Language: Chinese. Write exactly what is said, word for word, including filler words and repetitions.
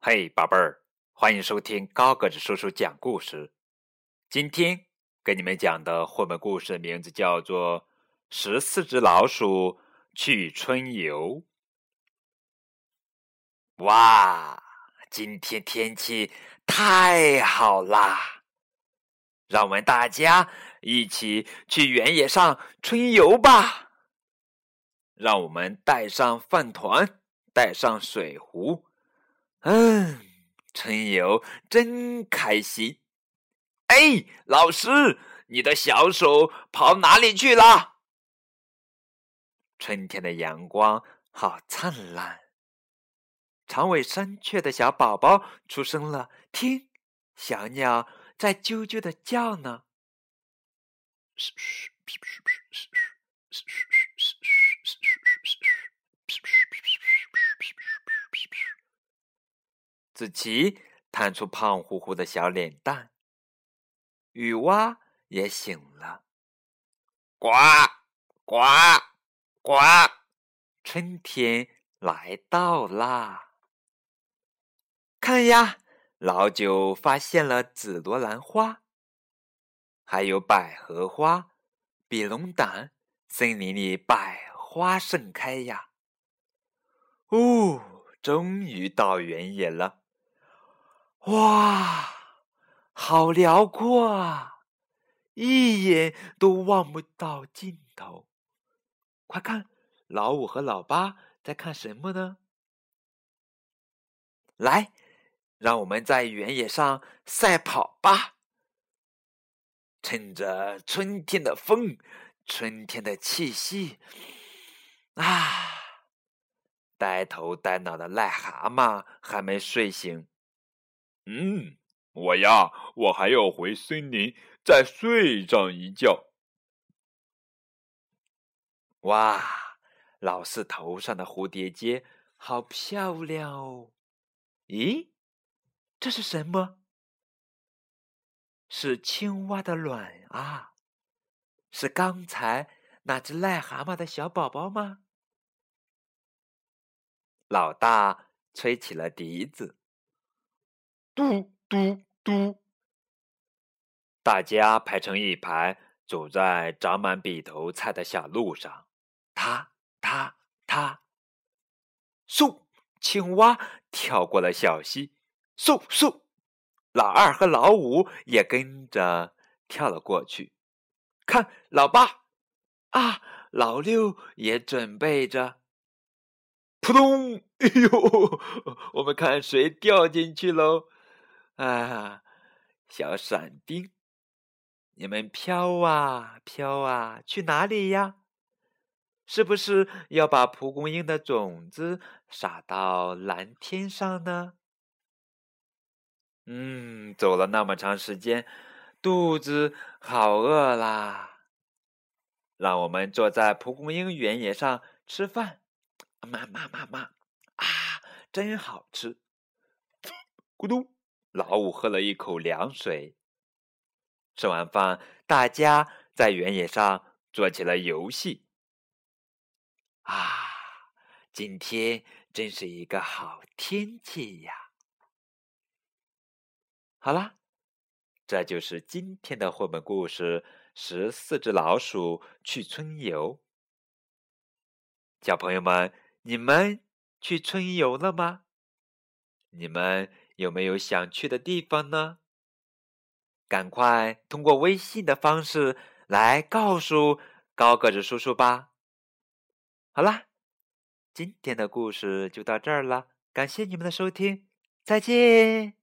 嘿，宝贝儿，欢迎收听高个子叔叔讲故事。今天给你们讲的绘本故事名字叫做《十四只老鼠去春游》。哇，今天天气太好啦！让我们大家一起去原野上春游吧！让我们带上饭团，带上水壶。嗯，春游真开心。哎，老师，你的小手跑哪里去了？春天的阳光好灿烂，长尾山雀的小宝宝出生了，听，小鸟在啾啾地叫呢。子琪探出胖乎乎的小脸蛋，雨蛙也醒了，呱呱呱！春天来到啦！看呀，老九发现了紫罗兰花，还有百合花、比龙胆，森林里百花盛开呀！哦，终于到原野了！哇，好辽阔啊，一眼都望不到尽头。快看，老五和老八在看什么呢？来，让我们在原野上赛跑吧！趁着春天的风，春天的气息，啊！呆头呆脑的癞蛤蟆还没睡醒。嗯，我呀，我还要回森林再睡上一觉。哇，老四头上的蝴蝶结好漂亮哦！咦，这是什么？是青蛙的卵啊！是刚才那只癞蛤蟆的小宝宝吗？老大吹起了笛子，嘟嘟嘟！大家排成一排，走在长满笔头菜的小路上。踏踏踏，嗖！青蛙跳过了小溪，嗖嗖！老二和老五也跟着跳了过去。看，老八啊，老六也准备着。扑通！哎呦，我们看谁掉进去喽！啊，小闪丁，你们飘啊飘啊，去哪里呀？是不是要把蒲公英的种子撒到蓝天上呢？嗯，走了那么长时间，肚子好饿啦！让我们坐在蒲公英原野上吃饭。妈妈妈妈啊，真好吃！咕咚，老五喝了一口凉水。吃完饭，大家在原野上做起了游戏。啊，今天真是一个好天气呀！好啦，这就是今天的绘本故事《十四只老鼠去春游》。小朋友们，你们去春游了吗？你们有没有想去的地方呢？赶快通过微信的方式来告诉高个子叔叔吧。好啦，今天的故事就到这儿了，感谢你们的收听，再见。